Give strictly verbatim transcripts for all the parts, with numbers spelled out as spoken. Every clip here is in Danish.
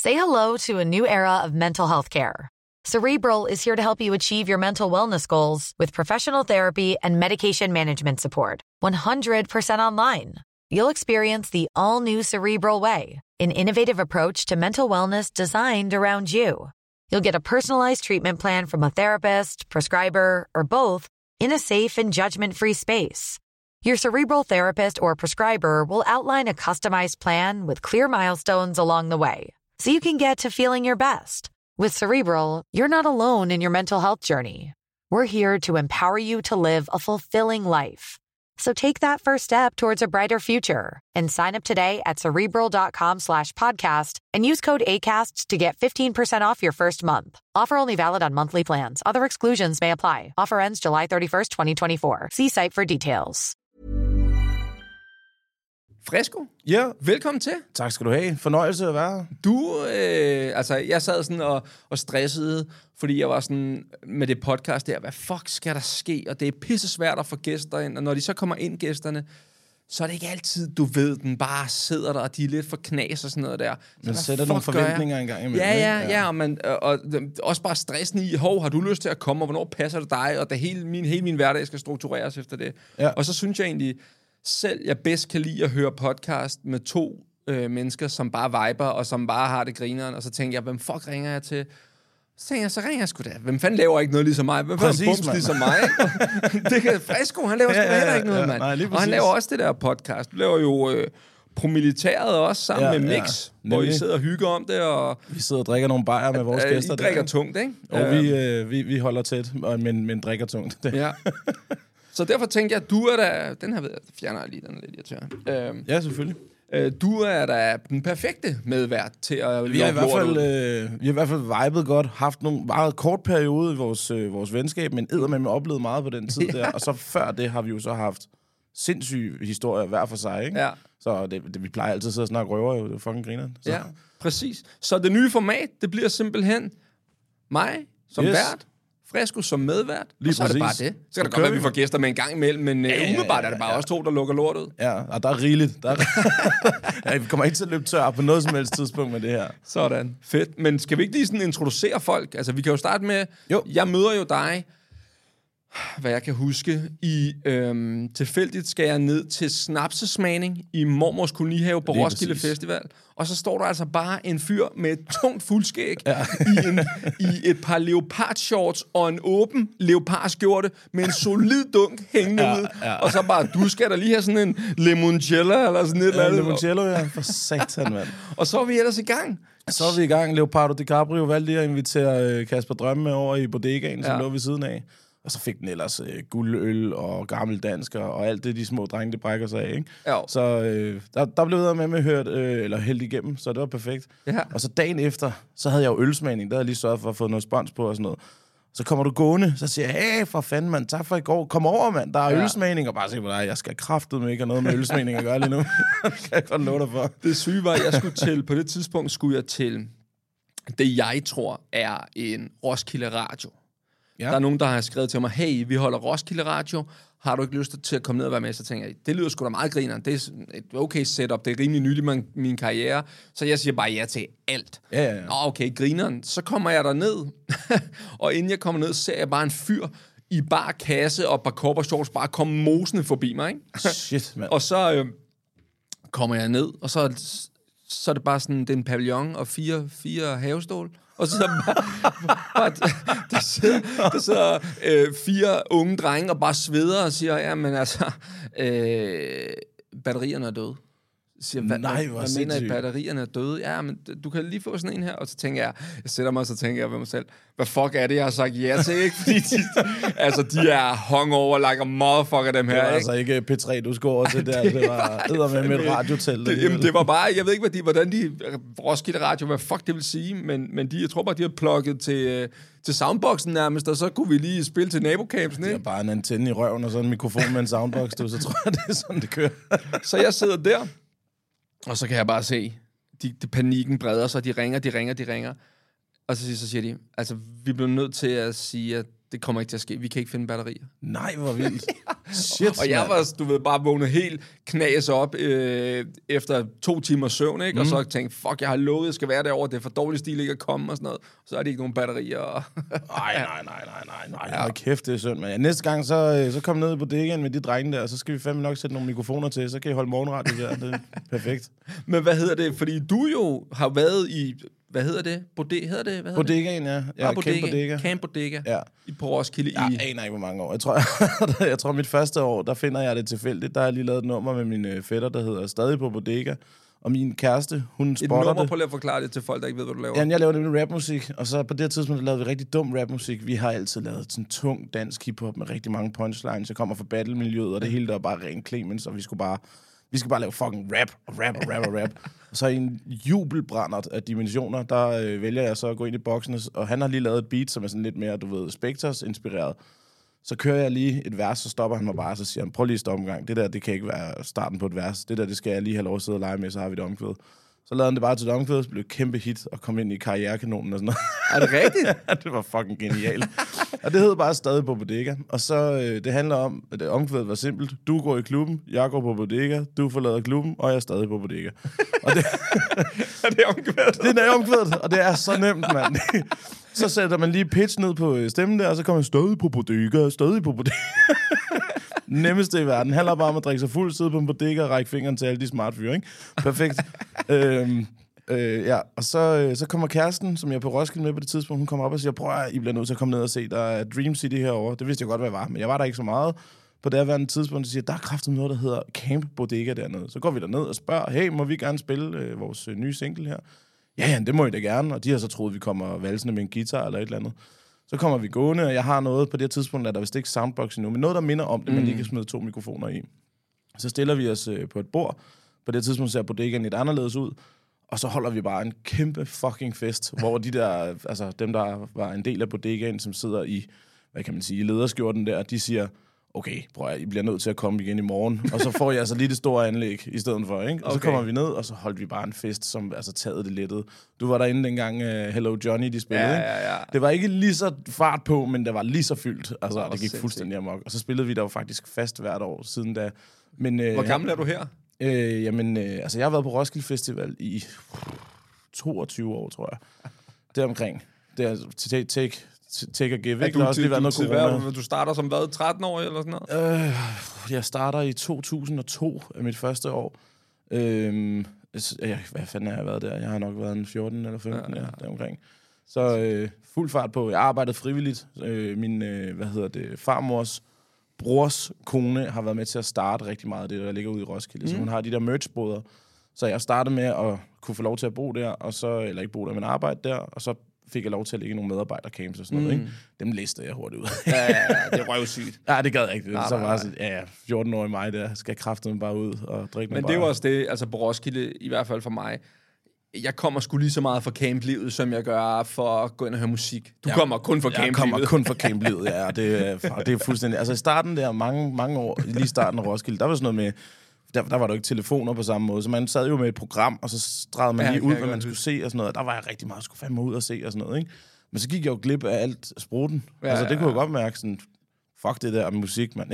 Say hello to a new era of mental health care. Cerebral is here to help you achieve your mental wellness goals with professional therapy and medication management support. one hundred percent online. You'll experience the all-new Cerebral Way, an innovative approach to mental wellness designed around you. You'll get a personalized treatment plan from a therapist, prescriber, or both in a safe and judgment-free space. Your Cerebral therapist or prescriber will outline a customized plan with clear milestones along the way, so you can get to feeling your best. With Cerebral, you're not alone in your mental health journey. We're here to empower you to live a fulfilling life. So take that first step towards a brighter future and sign up today at Cerebral.com slash podcast and use code ACAST to get fifteen percent off your first month. Offer only valid on monthly plans. Other exclusions may apply. Offer ends July thirty-first, twenty twenty-four. See site for details. Fresco, ja. Velkommen til. Tak skal du have. Fornøjelse at være. Du, øh, altså, jeg sad sådan og, og stressede, fordi jeg var sådan med det podcast der, hvad fuck skal der ske? Og det er pisse svært at få gæster ind, og når de så kommer ind, gæsterne, så er det ikke altid, du ved, den bare sidder der, og de er lidt for knas og sådan noget der. Man sætter nogle forventninger engang imellem. Ja, ja, ja, ja, og, man, og, og også bare stressen i, hov, har du lyst til at komme, og hvornår passer det dig? Og det hele min, hele min hverdag skal struktureres efter det. Ja. Og så synes jeg egentlig, selv jeg bedst kan lide at høre podcast med to øh, mennesker, som bare viber, og som bare har det grineren, og så tænker jeg, hvem fuck ringer jeg til? Så tænker jeg, så ringer jeg sgu da. Hvem fanden laver ikke noget ligesom mig? Hvem fanden bums ligesom mig? Det kan Fresco, han laver sgu da heller ikke noget, mand. Ja, og han laver også det der podcast. Du laver jo øh, Promilitæret også, sammen ja, med Mix, ja. Hvor I sidder og hygger om det. Og vi sidder og drikker nogle bajer med vores øh, gæster. I drikker der. tungt, ikke? Og vi, øh, vi, vi holder tæt, men, men drikker tungt. Ja. Så derfor tænker jeg, at du er da... Den her ved jeg, fjerner jeg lige, den er lidt irriterende. Øhm, ja, selvfølgelig. Øh, du er da den perfekte medvært til at... Vi har i hvert fald, øh, vi har i hvert fald vibet godt, haft nogle meget kort periode i vores, øh, vores venskab, men eddermame oplevet meget på den tid ja. der. Og så før det har vi jo så haft sindssyge historier hver for sig, ikke? Ja. Så det, det, vi plejer altid at sidde og snakke røver, jo. Det er fucking grineren. Ja, præcis. Så det nye format, det bliver simpelthen mig som yes. vært, Fresco som medvært, lige og så præcis. er det bare det. Så kan det godt være, at vi får gæster med en gang imellem, men ja, ja, ja, umiddelbart er det bare ja. også to, der lukker lort ud. Ja, og der er rigeligt. Der er... ja, vi kommer ikke til at løbe tør på noget som helst tidspunkt med det her. Sådan. Fedt. Men skal vi ikke lige sådan introducere folk? Altså, vi kan jo starte med, jo. Jeg møder jo dig, hvad jeg kan huske, i øhm, tilfældigt skal jeg ned til snapsesmagning i Mormors Kolonihave på lige Roskilde præcis. Festival. Og så står der altså bare en fyr med et tungt fuldskæg ja. i, en, i et par leopardshorts og en åben leopardskjorte med en solid dunk hængende ja, ud. Ja. Og så bare, du skal da lige have sådan en limoncello eller sådan et ja, eller andet. Limoncello, ja. For satan, mand. Og så er vi ellers i gang. Så er vi i gang. Leonardo DiCaprio valgte lige at invitere Kasper Drømme med over i bodegaen, som ja. lå ved siden af. Og så fik den ellers øh, guldøl og gammeldansk og alt det, de små drenge, det brækker sig af, ikke? Jo. Så øh, der, der blev der med med hørt, øh, eller hældt igennem, så det var perfekt. Ja. Og så dagen efter, så havde jeg jo ølsmagning, der havde jeg lige sørget for at få noget spons på og sådan noget. Så kommer du gående, så siger jeg, hey, for fanden, mand, tak for i går. Kom over, mand, der er ja. ølsmagning. Og bare sige, jeg skal kraftedeme ikke have noget med ølsmagning at gøre lige nu. Det kan jeg godt love dig for. Det syge var, jeg skulle til, på det tidspunkt skulle jeg til det, jeg tror er en Roskilde Radio. Ja. Der er nogen, der har skrevet til mig, hey, vi holder Roskilde Radio, har du ikke lyst til at komme ned og være med? Så tænker jeg, det lyder sgu da meget grineren, det er et okay setup, det er rimelig nyt i min, min karriere, så jeg siger bare ja til alt. Ja, ja, ja. Nå, okay, grineren. Så kommer jeg der ned, og inden jeg kommer ned, ser jeg bare en fyr i bar kasse og par korpershorts bare komme mosende forbi mig, ikke? Shit, mand. Og så øh, kommer jeg ned, og så, så er det bare sådan, det er en pavillon og fire, fire havestol. Og så bare, bare, der sidder, der sidder øh, fire unge drenge og bare sveder og siger, ja, men altså, øh, batterierne er døde. Siger, hvad, Nej, hvor hvad mener I, batterierne er døde? Ja, men du kan lige få sådan en her. Og så tænker jeg, jeg sætter mig, og så tænker jeg ved mig selv, hvad fuck er det, jeg har sagt ja til, ikke? Fordi de, altså, de er hungover like a motherfucker, dem her, det var ikke? altså ikke P tre, du skulle over til der. Det, det var eddermame med et radiotelt. Det, jamen, det var bare, jeg ved ikke, hvad de, hvordan de, Roskilde Radio, hvad fuck det vil sige, men, men de, jeg tror bare, de har plukket til, til soundboxen nærmest, og så kunne vi lige spille til nabocampsen, ikke? Det er bare en antenne i røven og sådan en mikrofon med en soundbox, du, så tror jeg, det er sådan, det kører. Så jeg sidder der, og så kan jeg bare se, de, de panikken breder sig, de ringer, de ringer, de ringer. Og så, så siger de, altså, vi bliver nødt til at sige, at det kommer ikke til at ske. Vi kan ikke finde batterier. Nej, hvor vildt. Shit, og jeg var, du ved, bare vågnet helt knas op øh, efter to timers søvn, ikke? Mm. Og så tænkte, fuck, jeg har lovet, jeg skal være derovre, det er for dårlig stil ikke at komme og sådan noget. Så er det ikke nogen batterier. Og nej, nej, nej, nej, nej, nej. Ja. Kæft, det er synd, man. Ja, næste gang, så, så kom ned på bodegaen med de drenge der, og så skal vi fandme nok sætte nogle mikrofoner til, så kan I holde morgenradio der. Det er perfekt. Men hvad hedder det? Fordi du jo har været i... Hvad hedder det? Bodega, hedder det? Hvad hedder Bodegaen, ja. Ja, ah, bodega. Camp Bodega. Camp Bodega. Ja. I på Roskilde. Jeg i... aner ikke, hvor mange år. Jeg tror, jeg tror, mit første år, der finder jeg det tilfældigt. Der har jeg lige lavet et nummer med min fætter, der hedder Stadig på Bodega. Og min kæreste, hun spotter det. Et nummer, prøv lige at forklare det til folk, der ikke ved, hvad du laver. Ja, jeg laver nemlig rapmusik, og så på det tidspunkt lavede vi rigtig dum rapmusik. Vi har altid lavet sådan tung dansk hiphop med rigtig mange punchlines. Jeg kommer fra battle-miljøet, og det hele der var bare ren Clemens, og vi skulle bare... Vi skal bare lave fucking rap, og rap, og rap, og rap. Og så i en jubelbrændert af dimensioner, der øh, vælger jeg så at gå ind i boksen, og han har lige lavet et beat, som er sådan lidt mere, du ved, Spectres-inspireret. Så kører jeg lige et vers, så stopper han mig bare, så siger han, prøv lige at stoppe en gang. Det der, det kan ikke være starten på et vers. Det der, det skal jeg lige have lov at sidde og lege med, så har vi det omkvæd. Så lavede han det bare til et omkvæd, så blev et kæmpe hit, og kom ind i karrierekanonen og sådan noget. Er det rigtigt? Ja, det var fucking genialt. Og det hed bare Stadig på Bodega. Og så, øh, det handler om, at det omkvædet var simpelt. Du går i klubben, jeg går på Bodega, du forlader klubben, og jeg er stadig på Bodega. Og det, er det omkvædet? Det er omkvædet, og det er så nemt, mand. Så sætter man lige pitch ned på stemmen der, og så kommer man stadig på Bodega, stadig på Bodega. Nemmeste i verden. Handler bare om at drikke sig fuld, sidde på en bodega og række fingeren til alle de smart fyre, ikke? Perfekt. øhm, øh, ja, og så, øh, så kommer kæresten, som jeg er på Roskilde med på det tidspunkt, hun kommer op og siger, prøv at I bliver nødt til at komme ned og se, der er Dream City herovre. Det vidste jeg godt, hvad jeg var, men jeg var der ikke så meget. På det her tidspunkt, så siger der er kraftigt noget, der hedder Camp Bodega dernede. Så går vi derned og spørger, hey, må vi gerne spille øh, vores øh, nye single her? Ja, ja, det må I da gerne. Og de har så troet, vi kommer valsende med en guitar eller et eller andet. Så kommer vi gående, og jeg har noget på det her tidspunkt, der er vist ikke soundbox endnu, men noget, der minder om det, man lige kan smide to mikrofoner i. Så stiller vi os øh, på et bord. På det her tidspunkt ser bodegaen lidt anderledes ud. Og så holder vi bare en kæmpe fucking fest, hvor de der, altså dem, der var en del af bodegaen, som sidder i, hvad kan man sige, i lederskjorten der, de siger, okay, prøv at I bliver nødt til at komme igen i morgen. Og så får jeg altså lige det store anlæg i stedet for, ikke? Og okay. Så kommer vi ned, og så holdt vi bare en fest, som altså taget det lettet. Du var derinde dengang uh, Hello Johnny, de spillede, ja, ikke? ja, ja. Det var ikke lige så fart på, men det var lige så fyldt. Altså, det, det gik fuldstændig amok. Og så spillede vi der jo faktisk fast hvert år siden da. Men, uh, hvor gammel er du her? Øh, jamen, øh, altså jeg har været på Roskilde Festival i toogtyve år, tror jeg. Deromkring. Det er take, take, take a give, ikke? Du, der også lige været noget corona. Hvad, du starter som hvad, tretten år eller sådan noget? Øh, jeg starter i to tusind og to af mit første år. Øh, jeg, hvad fanden har jeg været der? Jeg har nok været en fjorten eller femten, ja, ja. Ja, deromkring. Så øh, fuld fart på. Jeg arbejdede frivilligt. Øh, min, øh, hvad hedder det, farmors brors kone har været med til at starte rigtig meget af det, der ligger ude i Roskilde. Mm. Så hun har de der merchboder. Så jeg startede med at kunne få lov til at bo der, og så, eller ikke bo der, men arbejde der, og så fik jeg lov til at ligge i nogle medarbejdercamps og sådan noget, mm. ikke? Dem listede jeg hurtigt ud. ja, ja, ja, det er røvsygt. Ja, det gad jeg ikke. Nej, så var jeg sådan, ja, ja, fjorten-årig mig der, skal jeg kraftedeme bare ud og drikke men nogle det var også det, altså på Roskilde, i hvert fald for mig, jeg kommer sgu lige så meget fra camplivet, som jeg gør for at gå ind og høre musik. Du ja, kommer kun fra camplivet. Jeg kommer kun fra camplivet, ja, og det, er, det er fuldstændig... Altså i starten der, mange, mange år, lige i starten af Roskilde, der var sådan noget med... Der, der var der jo ikke telefoner på samme måde, så man sad jo med et program, og så drejede man ja, lige ud, hvad man skulle se og sådan noget. Der var jeg rigtig meget, skulle fandme ud og se og sådan noget, ikke? Men så gik jeg jo glip af alt spruten. Ja, altså det kunne jeg godt mærke sådan... Fuck det der musik, mand.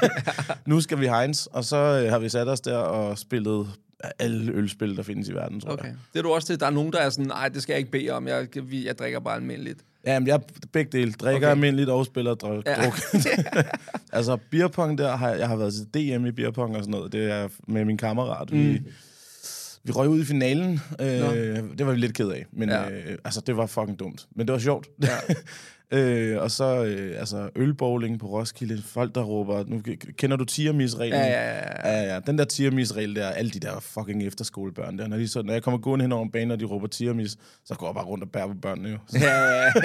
Nu skal vi Heinz, og så øh, har vi sat os der og spillet alle ølspil, der findes i verden, tror okay. jeg. Det er du også til. Der er nogen, der er sådan, nej, det skal jeg ikke bede om. Jeg, jeg drikker bare almindeligt. Ja, men jeg begge dele. Drikker okay. almindeligt og spiller druk. Ja. Altså, beerpong der, har jeg, jeg har været til D M i beerpong og sådan noget. Det er med min kammerat. Mm. Vi, vi røg ud i finalen. Øh, det var vi lidt ked af. Men ja. øh, altså, det var fucking dumt. Men det var sjovt. Ja. Øh, og så øh, altså ølbowling på Roskilde, folk der råber, nu kender du tier-mis-reglen? Ja, ja, ja. ja, ja. Den der tier-mis-regel der, alle de der fucking efterskolebørn der, når, de så, når jeg kommer gående hen over en bane, og de råber tier-mis, så går jeg bare rundt og bærer på børnene jo. Ja, ja, ja.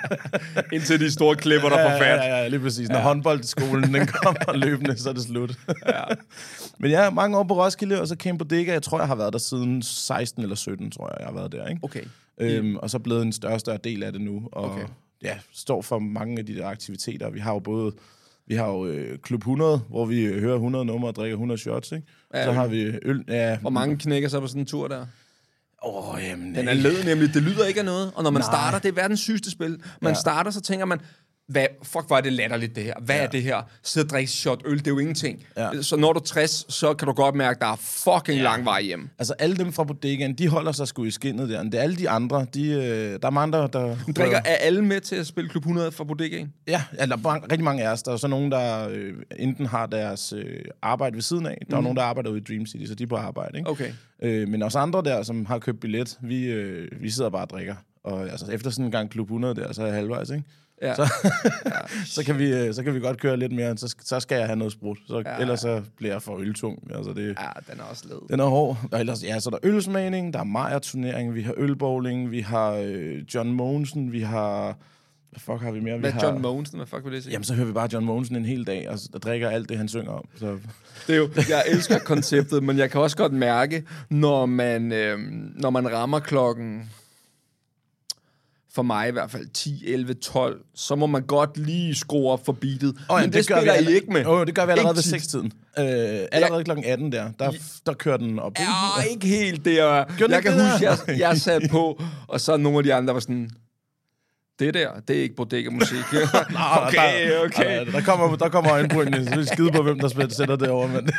Indtil de store klipper, der får fat. Ja, ja, ja, lige præcis. Når ja. håndboldskolen, den kommer løbende, så er det slut. Ja. Men ja, mange år på Roskilde, og så Camp Bodega, jeg tror, jeg har været der siden seksten eller sytten, tror jeg, jeg har været der, ikke? Okay. Øhm, og så blevet en større og større del af det nu, og okay. ja, står for mange af de der aktiviteter. Vi har jo både, vi har jo øh, Klub hundrede, hvor vi øh, hører hundrede numre og drikker hundrede shots, ikke? Ja, så har vi øl... Ja, hvor mange knækker så på sådan en tur der? Åh, oh, jamen... Den er led nemlig, det lyder ikke af noget. Og når man Nej. starter, det er verdens sygeste spil. Man ja. starter, så tænker man, hvad, fuck, hvor er det latterligt, det her. Hvad ja. er det her? Sidde og drikke shot øl, det er jo ingenting. Ja. Så når du er tres, så kan du godt mærke, at der er fucking ja. lang vej hjem. Altså, alle dem fra bodegaen, de holder sig sgu i skinnet der. Det er alle de andre, de, øh, der er mange, der... der du drikker, er alle med til at spille Klub hundrede fra bodegaen? Ja, eller rigtig mange af os. Der er så nogen, der øh, enten har deres øh, arbejde ved siden af. Der mm. er nogen, der arbejder ude i Dream City, så de er på arbejde, ikke? Okay. Øh, men også andre der, som har købt billet, vi, øh, vi sidder bare og drikker. Og altså, efter sådan en gang Klub hundrede der, så er jeg halvvejs, ikke? Ja. Så, ja. så, kan vi, så kan vi godt køre lidt mere, så, så skal jeg have noget sprut. Så, ja. Ellers så bliver jeg for øltung. Altså det, ja, den er også led. Den er hård. Og ellers, ja, så er der ølsmagning, der er Majer-turnering, vi har ølbowling, vi har øh, John Mogensen, vi har... Hvad fuck har vi mere? Hvad er John Mogensen? Hvad fuck vil det sige? Jamen, så hører vi bare John Mogensen en hel dag, og, og drikker alt det, han synger om. Så. Det er jo, jeg elsker konceptet, men jeg kan også godt mærke, når man, øh, når man rammer klokken... For mig i hvert fald ti, elleve, tolv, så må man godt lige skrue op for beatet. Oh, ja, men det, det spiller I ikke med. Oh, det gør vi allerede ved seks-tiden. Øh, allerede ja. klokken atten der, der, der kører den op. Ja, ikke helt der. Jeg kan huske, jeg, jeg satte på, og så nogle af de andre var sådan... Det der, det er ikke bodega-musik. okay, okay. Der, der kommer, der kommer øjenbrynene, så vi skide på, hvem der sætter det over. Men.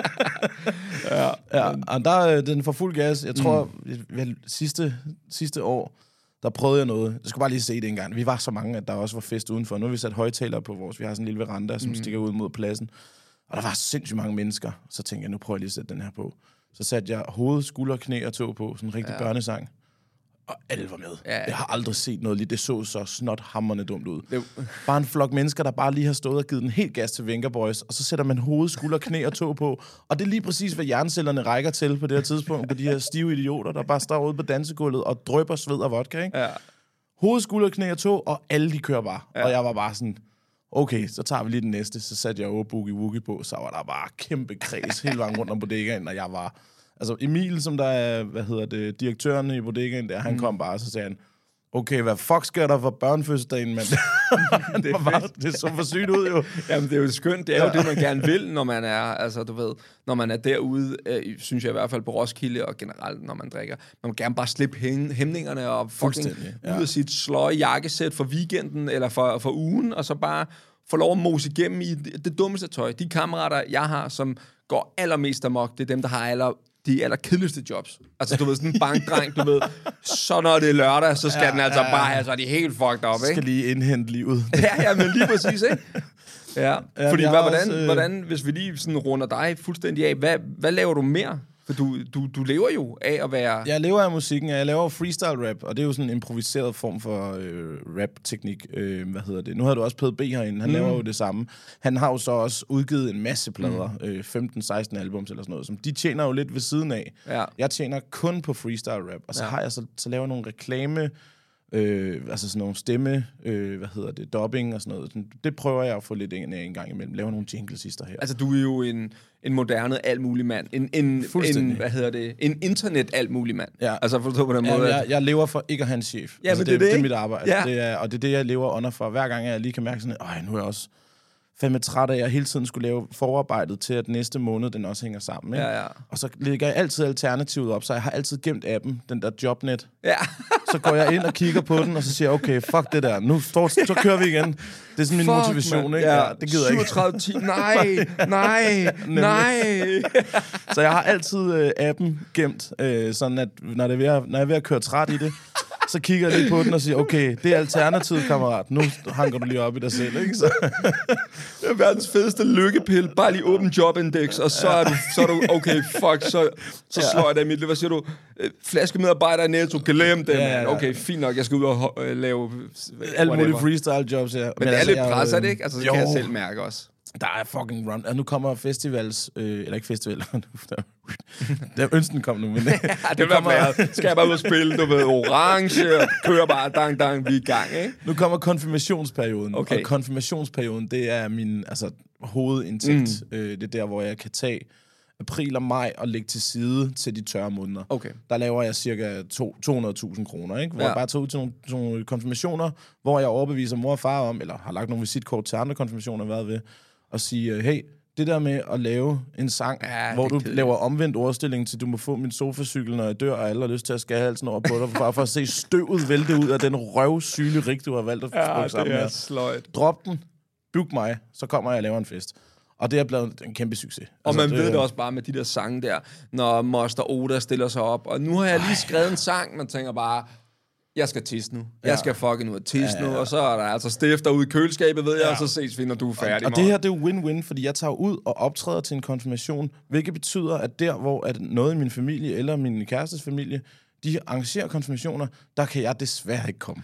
ja, ja, og der er den for fuld gas. Jeg tror, mm. vel, sidste, sidste år, der prøvede jeg noget. Jeg skulle bare lige se det en gang. Vi var så mange, at der også var fest udenfor. Nu har vi sat højtalere på vores. Vi har sådan en lille veranda, som mm. stikker ud mod pladsen. Og der var sindssygt mange mennesker. Så tænkte jeg, nu prøver jeg lige at sætte den her på. Så satte jeg hoved, skulder, knæ og tog på. Sådan en rigtig ja. børnesang. Og alle var med. Ja, ja. Jeg har aldrig set noget lige. Det så så snot hamrende dumt ud. Det... Bare en flok mennesker, der bare lige har stået og givet den helt gas til Venga Boys, og så sætter man hoved, skulder, knæ og tå på. Og det er lige præcis, hvad hjernecellerne rækker til på det her tidspunkt, på de her stive idioter, der bare står ude på dansegulvet og drypper sved og vodka, ikke? Ja. Hoved, skulder, knæ og tå, og alle de kører bare. Ja. Og jeg var bare sådan, okay, så tager vi lige den næste. Så satte jeg over Boogie Woogie på, så var der bare kæmpe kreds hele vejen rundt om bodegaen, og jeg var... Altså Emil, som der er, hvad hedder det, direktøren i bodegaen der, han mm. kom bare, og så sagde han, okay, hvad fuck sker der for børnefødselsdagen, mand? det, er bare, det så for sygt ud, jo. Jamen, det er jo skønt. Det er ja. jo det, man gerne vil, når man er, altså, du ved, når man er derude, øh, synes jeg i hvert fald på Roskilde, og generelt, når man drikker. Man må gerne bare slippe hæmningerne og fucking ja. ud af sit sløje jakkesæt for weekenden, eller for, for ugen, og så bare få lov at mose igennem i det, det dummeste tøj. De kammerater, jeg har, som går allermest amok, det er dem, der har aller de aller kedeligste jobs. Altså, du ved, sådan en bankdreng, du ved, så når det er lørdag, så skal ja, den altså ja, bare, altså, de er helt fucked up, ikke? Skal lige indhente livet. ja, ja, men lige præcis, ikke? Ja, ja fordi, hvad, hvordan, også, øh... hvordan, hvis vi lige sådan runder dig fuldstændig af, hvad, hvad laver du mere? For du, du, du lever jo af at være... Jeg lever af musikken, jeg laver freestyle-rap, og det er jo sådan en improviseret form for øh, rap-teknik. Øh, hvad hedder det? Nu har du også P D B herinde, han mm. laver jo det samme. Han har jo så også udgivet en masse plader, mm. øh, femten seksten albums eller sådan noget, som de tjener jo lidt ved siden af. Ja. Jeg tjener kun på freestyle-rap, og så ja. har jeg så, så laver nogle reklame... Øh, altså sådan nogle stemme, øh, hvad hedder det, dubbing og sådan noget. Det prøver jeg at få lidt en, en gang imellem. Lave nogle jinglesister her. Altså, du er jo en, en moderne altmulig mand. En, en, en, hvad hedder det, en internet altmulig mand. Ja. Altså, forstå på den måde. Ja, jeg, jeg lever for ikke at have en chef. Ja, altså, men det, det, det, det er mit arbejde. Ja. Det er, og det er det, jeg lever under for. Hver gang jeg lige kan mærke sådan, at nu er jeg også fandme træt af, at jeg hele tiden skulle lave forarbejdet til, at næste måned den også hænger sammen. Ikke? Ja, ja. Og så lægger jeg altid alternativet op, så jeg har altid gemt appen, den der Jobnet. Ja. Så går jeg ind og kigger på den, og så siger jeg, okay, fuck det der, nu står, så kører vi igen. Det er sådan min fuck, motivation, man. Ikke? Ja, det gider jeg ikke. syvogtredive ti nej, nej, nej. Så jeg har altid øh, appen gemt, øh, sådan at når, det er ved at, når jeg er ved at køre træt i det, så kigger jeg lige på den og siger, okay, det er alternativet, kammerat. Nu hanker du lige op i dig selv, ikke? Så. Det er verdens fedeste lykkepille. Bare lige åbne Jobindex, og så er du, så er du okay, fuck, så, så slår jeg dig i mit liv. Hvad siger du? Flaskemedarbejder i Netto, glem det, ja, ja, ja. Okay, fint nok, jeg skal ud og uh, lave... Alt muligt freestyle jobs, ja. Men, Men det er altså, lidt pres, er det ikke? Altså, så jo. Kan jeg selv mærke også. Der er fucking run. Altså, nu kommer festivals... Øh, eller ikke festivaler. Der ønsten kom nu, men... ja, det kommer, skal jeg bare ud og spille, du ved, orange, og kører bare, dang, dang, vi er i gang, ikke? Nu kommer konfirmationsperioden. Okay. Og konfirmationsperioden, det er min altså, hovedindtægt. Mm. Øh, det er der, hvor jeg kan tage april og maj og lægge til side til de tørre måneder. Okay. Der laver jeg cirka to hundrede tusind kroner, ikke? Hvor ja. jeg bare tager ud til nogle, til nogle konfirmationer, hvor jeg overbeviser mor og far om, eller har lagt nogle visitkort til andre konfirmationer, hvad ved, og sige, hey, det der med at lave en sang, ja, hvor du kedeligt. laver omvendt ordstilling til, du må få min sofacykel, når jeg dør, og alle har lyst til at skære halsen over på dig, bare for at se støvet vælte ud af den røvsyge rig, du har valgt at ja, spille sammen med. Ja, det er sløjt. Drop den, book mig, så kommer jeg og laver en fest. Og det er blevet en kæmpe succes. Og altså, man det, ved det også bare med de der sange der, når Moster Oda stiller sig op, og nu har jeg lige skrevet en sang, man tænker bare, jeg skal tisse nu. Jeg ja. skal fucking ud og tisse ja, ja, ja. nu, og så er der altså stifter ude i køleskabet, ved jeg, ja. og så ses vi, når du er færdig. Og, og det her, det er win-win, fordi jeg tager ud og optræder til en konfirmation, hvilket betyder, at der, hvor at noget i min familie, eller min kærestes familie, de arrangerer konfirmationer, der kan jeg desværre ikke komme.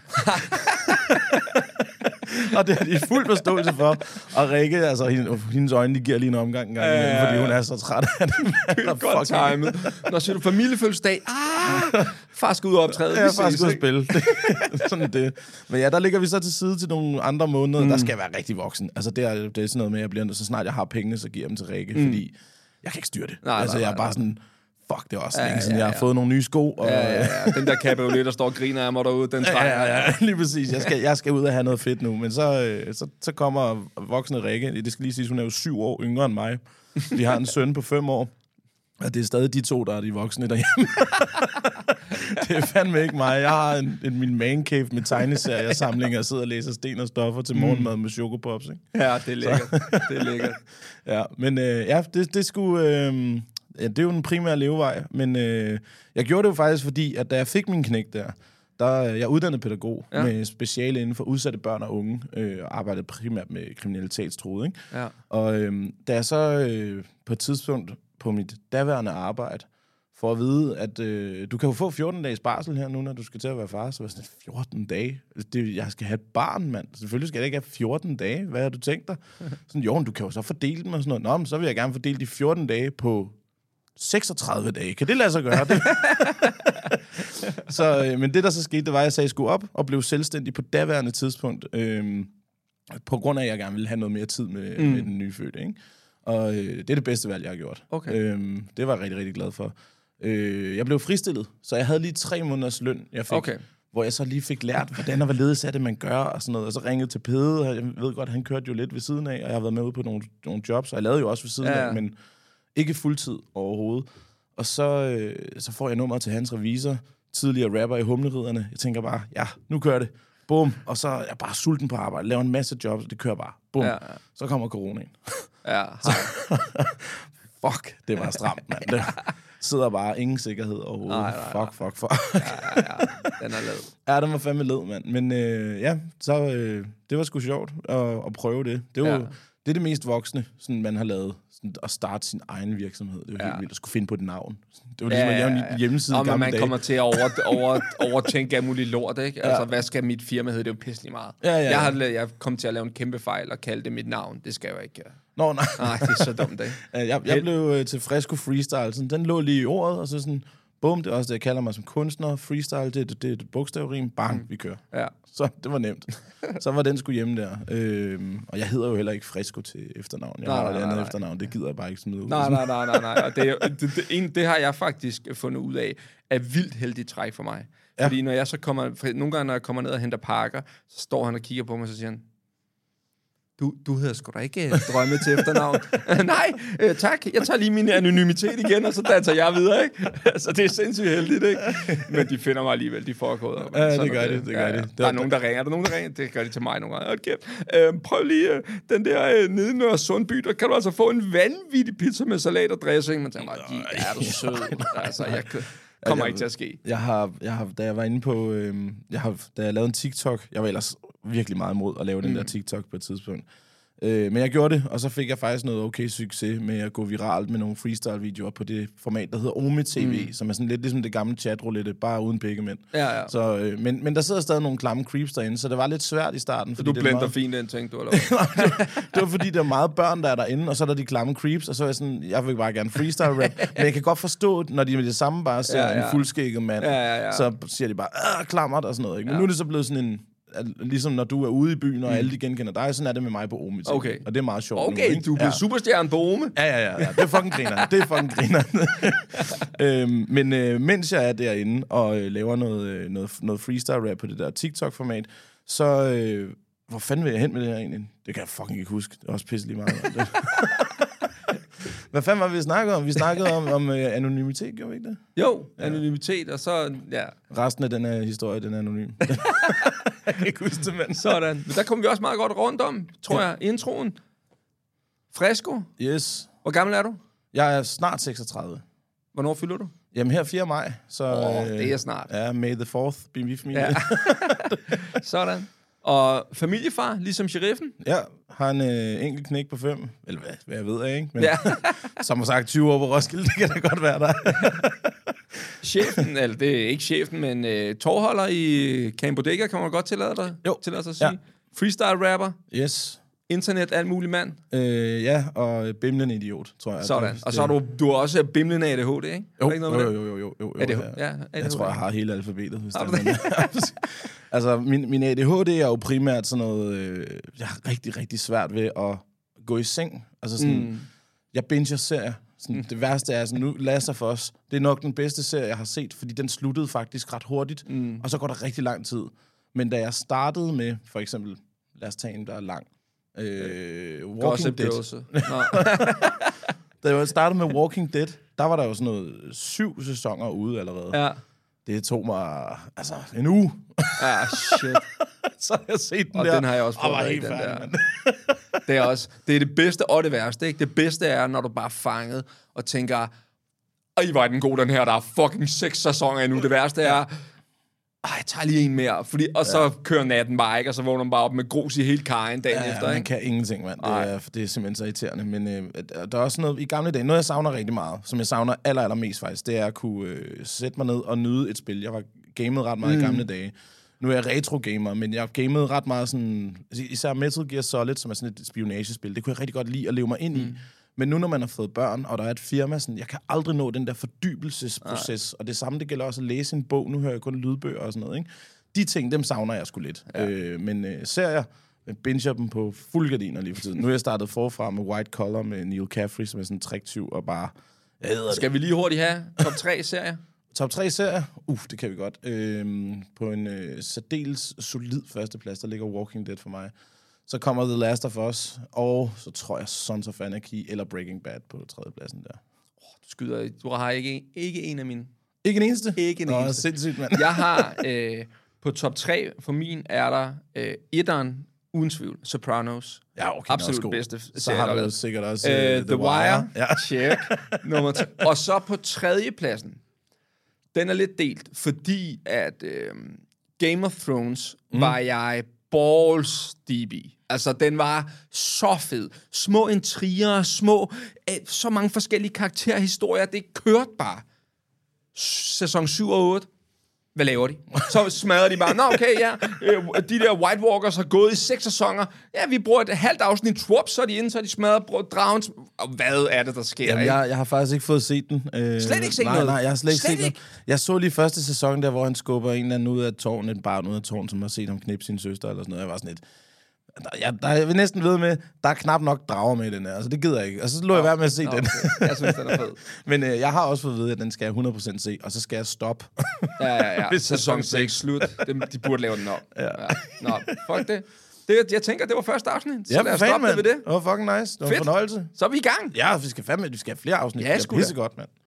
Og det har de fuld forståelse for. Og Rikke, altså hendes øjne, de giver lige en omgang, en gang imellem, ja, ja, ja. fordi hun er så træt af det. Det er godt timet. Når siger du familiefødselsdag, ah, far skal ud og optræde. Ja, far skal ud og spille. Sådan det. Men ja, der ligger vi så til side til nogle andre måneder. Mm. Der skal jeg være rigtig voksen. Altså det er, det er sådan noget med, at jeg bliver, så snart jeg har pengene, så giver jeg dem til Rikke, mm. fordi jeg kan ikke styre det. Nej, altså nej, jeg er bare sådan... Fuck, det er også ja, længe siden, ja, ja. jeg har fået nogle nye sko. Og ja, ja, ja. Den der cabriolet, der står og griner af mig derude, den trænger. Ja, ja, ja, lige præcis. Jeg skal, jeg skal ud og have noget fedt nu. Men så, så, så kommer voksne Rikke. Det skal lige sige, hun er jo syv år yngre end mig. Vi har en søn på fem år. Og det er stadig de to, der er de voksne derhjemme. Det er fandme ikke mig. Jeg har en, en, min man cave med tegneseriesamlinger, og sidder og læser Sten og Stoffer til morgenmad med chokopops. Ikke? Ja, det er lækkert. Det er lækkert. Ja, men øh, ja, det, det skulle... Øh, Ja, det er jo den primære levevej, men øh, jeg gjorde det jo faktisk, fordi at da jeg fik min knæk der, der jeg er uddannet pædagog ja. med speciale inden for udsatte børn og unge, øh, og arbejdede primært med kriminalitetstruede, ikke? Ja. Og øh, da jeg så øh, på et tidspunkt på mit daværende arbejde, for at vide, at øh, du kan jo få fjorten dages barsel her nu, når du skal til at være far, så var sådan fjorten dage. Det, jeg skal have et barn, mand. Selvfølgelig skal jeg ikke have fjorten dage. Hvad har du tænkt dig? Sådan, jo, du kan jo så fordele dem og sådan noget. Nå, men så vil jeg gerne fordele de fjorten dage på seksogtredive dage. Kan det lade sig gøre? Det? så, øh, men det, der så skete, det var, at jeg sagde, at jeg skulle op og blev selvstændig på daværende tidspunkt, øh, på grund af, at jeg gerne ville have noget mere tid med, mm. med den nyfødte. Ikke? Og øh, det er det bedste valg, jeg har gjort. Okay. Øh, det var jeg rigtig, rigtig glad for. Øh, jeg blev fristillet, så jeg havde lige tre måneders løn, jeg fik. Okay. Hvor jeg så lige fik lært, hvordan og hvorledes er det, man gør, og sådan noget. Og så ringede til Pede, og jeg ved godt, han kørte jo lidt ved siden af, og jeg har været med ude på nogle, nogle jobs, og jeg lavede jo også ved siden ja. af, men ikke fuldtid overhovedet. Og så, øh, så får jeg nummeret til hans revisor, tidligere rapper i Humleriderne. Jeg tænker bare, ja, nu kører det. Bum. Og så er jeg bare sulten på arbejde, laver en masse jobs, og det kører bare. Bum. Ja, ja. Så kommer coronaen. Ja, så, fuck, det var stramt, mand. Det sidder bare ingen sikkerhed overhovedet. Nej, nej, nej. Fuck, fuck, fuck. Ja, ja, ja. Den er led. Ja, den var fandme led, mand. Men øh, ja, så øh, det var sgu sjovt at, at prøve det. Det var ja. det er det mest voksne, sådan, man har lavet. Sådan, at starte sin egen virksomhed. Det var ja. helt vildt at skulle finde på et navn. Det var ligesom ja, ja, ja. at lave en hjemmeside i gamle man dage. Kommer til at over, over, overtænke af muligt lort, ikke? Altså, ja. hvad skal mit firma hedde? Det er jo pisselig meget. Ja, ja, ja. Jeg har jeg kom til at lave en kæmpe fejl og kalde det mit navn. Det skal jeg jo ikke gøre. Nå, nej. Nej, det er så dumt, ikke? jeg, jeg blev øh, til Fresco Freestyle. Sådan, den lå lige i ordet, og så sådan... Bum, det er også det, jeg kalder mig som kunstner. Freestyle, det er det, det, det bogstavrim. Bang, mm. vi kører. Ja. Så det var nemt. Så var den sgu hjemme der. Øhm, og jeg hedder jo heller ikke Fresco til efternavn. Jeg nej, har et andet efternavn. Det gider jeg bare ikke smide ud. Nej, nej, nej, nej, nej. Og det, det, det, det, det har jeg faktisk fundet ud af, er vildt heldigt træk for mig. Ja. Fordi når jeg så kommer... For nogle gange, når jeg kommer ned og henter pakker, så står han og kigger på mig, og så siger han, Du, du hedder sgu da ikke Drømme til efternavn. Nej, øh, tak. Jeg tager lige min anonymitet igen, og så danser jeg videre, ikke? Altså, det er sindssygt heldigt, ikke? Men de finder mig alligevel, de forekoder. Ja, det gør det, det gør det. Der er nogen, der ringer. Der er nogen, der ringer. Det gør de til mig nogle gange. Okay. Øh, prøv lige øh, den der øh, nede i Nørre Sundby, der kan du altså få en vanvittig pizza med salat og dressing. Man tænker mig, er du sød? Altså, jeg kommer jeg, ikke til at ske. Jeg har, jeg har, da jeg var inde på, øh, jeg har, da jeg lavede en TikTok, jeg var ellers virkelig meget imod at lave den mm. der TikTok på et tidspunkt. Øh, men jeg gjorde det, og så fik jeg faktisk noget okay succes med at gå viralt med nogle freestyle-videoer på det format, der hedder Ome T V, mm. som er sådan lidt ligesom det gamle chatroulette, bare uden pikkemænd. Ja, ja. Så, øh, men, men der sidder stadig nogle klamme creeps derinde, så det var lidt svært i starten. Fordi du blender meget... fint ind, tænkte du, eller hvad? det, det var fordi, der er meget børn, der er derinde, og så er der de klamme creeps, og så er jeg sådan, jeg vil bare gerne freestyle-rap, men jeg kan godt forstå, når de med det samme bare ser ja, ja. en fuldskægget mand, ja, ja, ja. så siger de bare, klammert og sådan noget. Ikke? Men ja. nu er det så blevet sådan en... Ligesom når du er ude i byen, og mm. alle de genkender dig, sådan er det med mig på Ome. Okay. Og det er meget sjovt. Okay, nu, du bliver ja. superstjerne på Ome. Ja, ja, ja, ja. Det er fucking griner. Det er fucking griner. øhm, men øh, mens jeg er derinde og øh, laver noget, øh, noget, noget freestyle-rap på det der TikTok-format, så... Øh, hvor fanden vil jeg hen med det her egentlig? Det kan jeg fucking ikke huske. Det er også pisse lige meget. Hvad fanden var vi snakket om? Vi snakkede om, om uh, anonymitet, gjorde vi ikke det? Jo, anonymitet, og så, ja. Resten af den her historie, den er anonym. Jeg kan ikke huske det, mand. Sådan. Men der kom vi også meget godt rundt om, tror ja. jeg, introen. Fresco. Yes. Hvor gammel er du? Jeg er snart seksogtredive. Hvornår fylder du? Jamen her fjerde maj. Så, Åh, oh, det er snart. Ja, May the fourth, be me familie. Ja. Sådan. Og familiefar, ligesom sheriffen? Ja, har en øh, enkelt knæk på fem. Eller hvad, hvad jeg ved af, ikke? Men, ja. som har sagt tyve år på Roskilde, det kan da godt være der. Chefen, eller det er ikke chefen, men øh, tovholder i Camp Bodega, kan man godt tillade dig, jo. tillade sig at sige. Ja. Freestyle rapper. Yes. Internet, alt mulig mand. Øh, ja, og bimlende idiot, tror jeg. Sådan. Det, og så har du, du har også bimlende A D H D, ikke? Jo, ikke noget jo, jo, jo, jo, jo. A D H D, ja. ja A D H D. Jeg tror, jeg har hele alfabetet. Hvis har du det? Altså, min, min A D H D er jo primært sådan noget... Øh, jeg har rigtig, rigtig svært ved at gå i seng. Altså sådan... Mm. Jeg binger serier. Sådan, mm. Det værste er, sådan, nu Last of Us, det er nok den bedste serie, jeg har set, fordi den sluttede faktisk ret hurtigt, mm. og så går der rigtig lang tid. Men da jeg startede med, for eksempel, lad os tage en, der er lang, øh, Walking Gossip Dead. Da jeg startede med Walking Dead, der var der jo sådan noget syv sæsoner ude allerede. Ja. Det tog mig, altså, en uge. Ja, shit. Så har jeg set den og der. den har jeg også fået helt den færdig, der. Det er også, det er det bedste og det værste, ikke? Det bedste er, når du bare er fanget og tænker, ej, hvor er den god, den her, der er fucking seks sæsoner endnu. Det værste er, ej, jeg tager lige en mere, fordi, og så ja. kører natten bare, ikke? Og så vågner man bare op med grus i hele kajen dagen ja, efter, man ikke? kan ingenting, mand. Det er, det er simpelthen så irriterende. Men øh, der er også noget i gamle dage, noget jeg savner rigtig meget, som jeg savner aller, aller mest faktisk, det er at kunne øh, sætte mig ned og nyde et spil. Jeg var gamet ret meget mm. i gamle dage. Nu er jeg retro-gamer, men jeg har gamet ret meget sådan... Især Metal Gear Solid, som er sådan et spionagespil. Det kunne jeg rigtig godt lide at leve mig ind mm. i. Men nu, når man har fået børn, og der er et firma, sådan, jeg kan aldrig nå den der fordybelsesproces. Ej. Og det samme, det gælder også at læse en bog. Nu hører jeg kun lydbøger og sådan noget, ikke? De ting, dem savner jeg sgu lidt. Ja. Øh, men øh, serier, jeg binger dem på fuld gardiner lige for tiden. Nu er jeg startet forfra med White Collar med Neil Caffrey, som er sådan en tricktyv, og bare... Skal vi lige hurtigt have top tre serier? Top tre serier? Uff, det kan vi godt. Øhm, på en øh, særdeles solid førsteplads, der ligger Walking Dead for mig. Så kommer The Last of Us, og så tror jeg Sons of Anarchy eller Breaking Bad på tredjepladsen der. Oh, du skyder, du har ikke, ikke en af mine. Ikke en eneste? Ikke en Nå, eneste. Sindssygt, mand. Jeg har, øh, på top tre for min er der øh, etteren, uden tvivl, Sopranos. Ja, okay, absolut bedste serie. Så har du jo sikkert også uh, uh, The, The Wire. Wire. Ja. Check. Nummer to. Og så på tredjepladsen, den er lidt delt, fordi at øh, Game of Thrones mm. var jeg balls deep i. Altså, den var så fed. Små intriger, små... Øh, så mange forskellige karakterhistorier. Det kørte bare. Sæson syv og otte. Hvad laver de? Så smadrer de bare. Nå, okay, ja. De der White Walkers har gået i seks sæsoner. Ja, vi bruger et halvt afsnit Trops, så er de inde, så er de smadrer dragens. Og hvad er det, der sker? Jamen, jeg, jeg har faktisk ikke fået set den. Øh, slet ikke set nej, noget? Nej, jeg har slet ikke slet set ikke? den. Jeg så lige første sæson der, hvor han skubber en eller anden ud af tårnet, et barn ud af tårnet, som har set ham knipse sin søster eller sådan noget. Jeg var sådan lidt... Der, jeg, der, jeg vil næsten ved med, der er knap nok drager med i den her, altså det gider jeg ikke. Og så lå jeg være med at se okay. den. Jeg synes, den er fed. Men øh, jeg har også fået at vide, at den skal jeg hundrede procent se, og så skal jeg stoppe. Ja, ja, ja. Sæson seks slut. De, de burde lave den op. Ja. Ja. Nå, fuck det. det. Jeg tænker, det var første afsnit. Så ja, lad os stoppe det ved det. Det var fucking nice. Det var Fedt. en fornøjelse. Så er vi i gang. Ja, vi skal fandme, vi skal have flere afsnit. Ja, det er pissegodt, mand.